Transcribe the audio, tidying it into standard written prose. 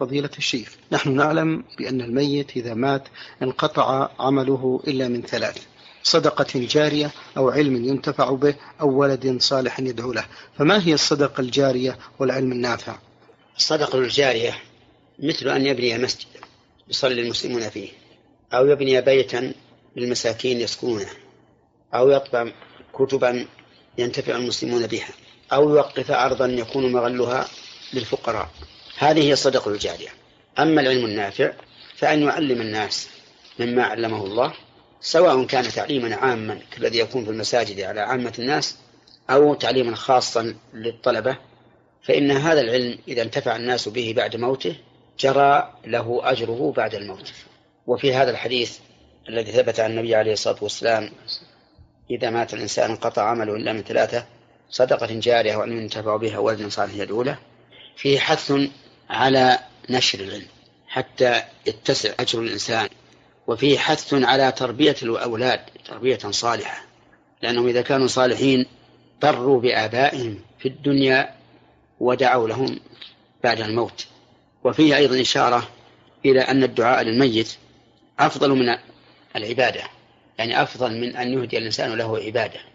فضيلة الشيخ، نحن نعلم بأن الميت إذا مات انقطع عمله إلا من ثلاث: صدقة جارية، أو علم ينتفع به، أو ولد صالح يدعو له. فما هي الصدقة الجارية والعلم النافع؟ الصدقة الجارية مثل أن يبني مسجد يصلي المسلمون فيه، أو يبني بيتا للمساكين يسكنونه، أو يطبع كتبا ينتفع المسلمون بها، أو يوقف أرضا يكون مغلها للفقراء. هذه هي الصدقة الجارية. أما العلم النافع فأن يعلم الناس مما علمه الله، سواء كان تعليما عاما كالذي يكون في المساجد على عامة الناس، أو تعليما خاصا للطلبة، فإن هذا العلم إذا انتفع الناس به بعد موته جرى له أجره بعد الموت. وفي هذا الحديث الذي ثبت عن النبي عليه الصلاة والسلام: إذا مات الإنسان انقطع عمله إلا من ثلاثة: صدقة جارية، وعلم ينتفع بها، ولد صالح يدعو له. فيه حث على نشر العلم حتى يتسع أجر الإنسان، وفيه حث على تربية الأولاد تربية صالحة، لأنهم إذا كانوا صالحين بروا بآبائهم في الدنيا ودعوا لهم بعد الموت. وفيه أيضا إشارة إلى أن الدعاء للميت أفضل من العبادة، يعني أفضل من أن يهدي الإنسان له عبادة.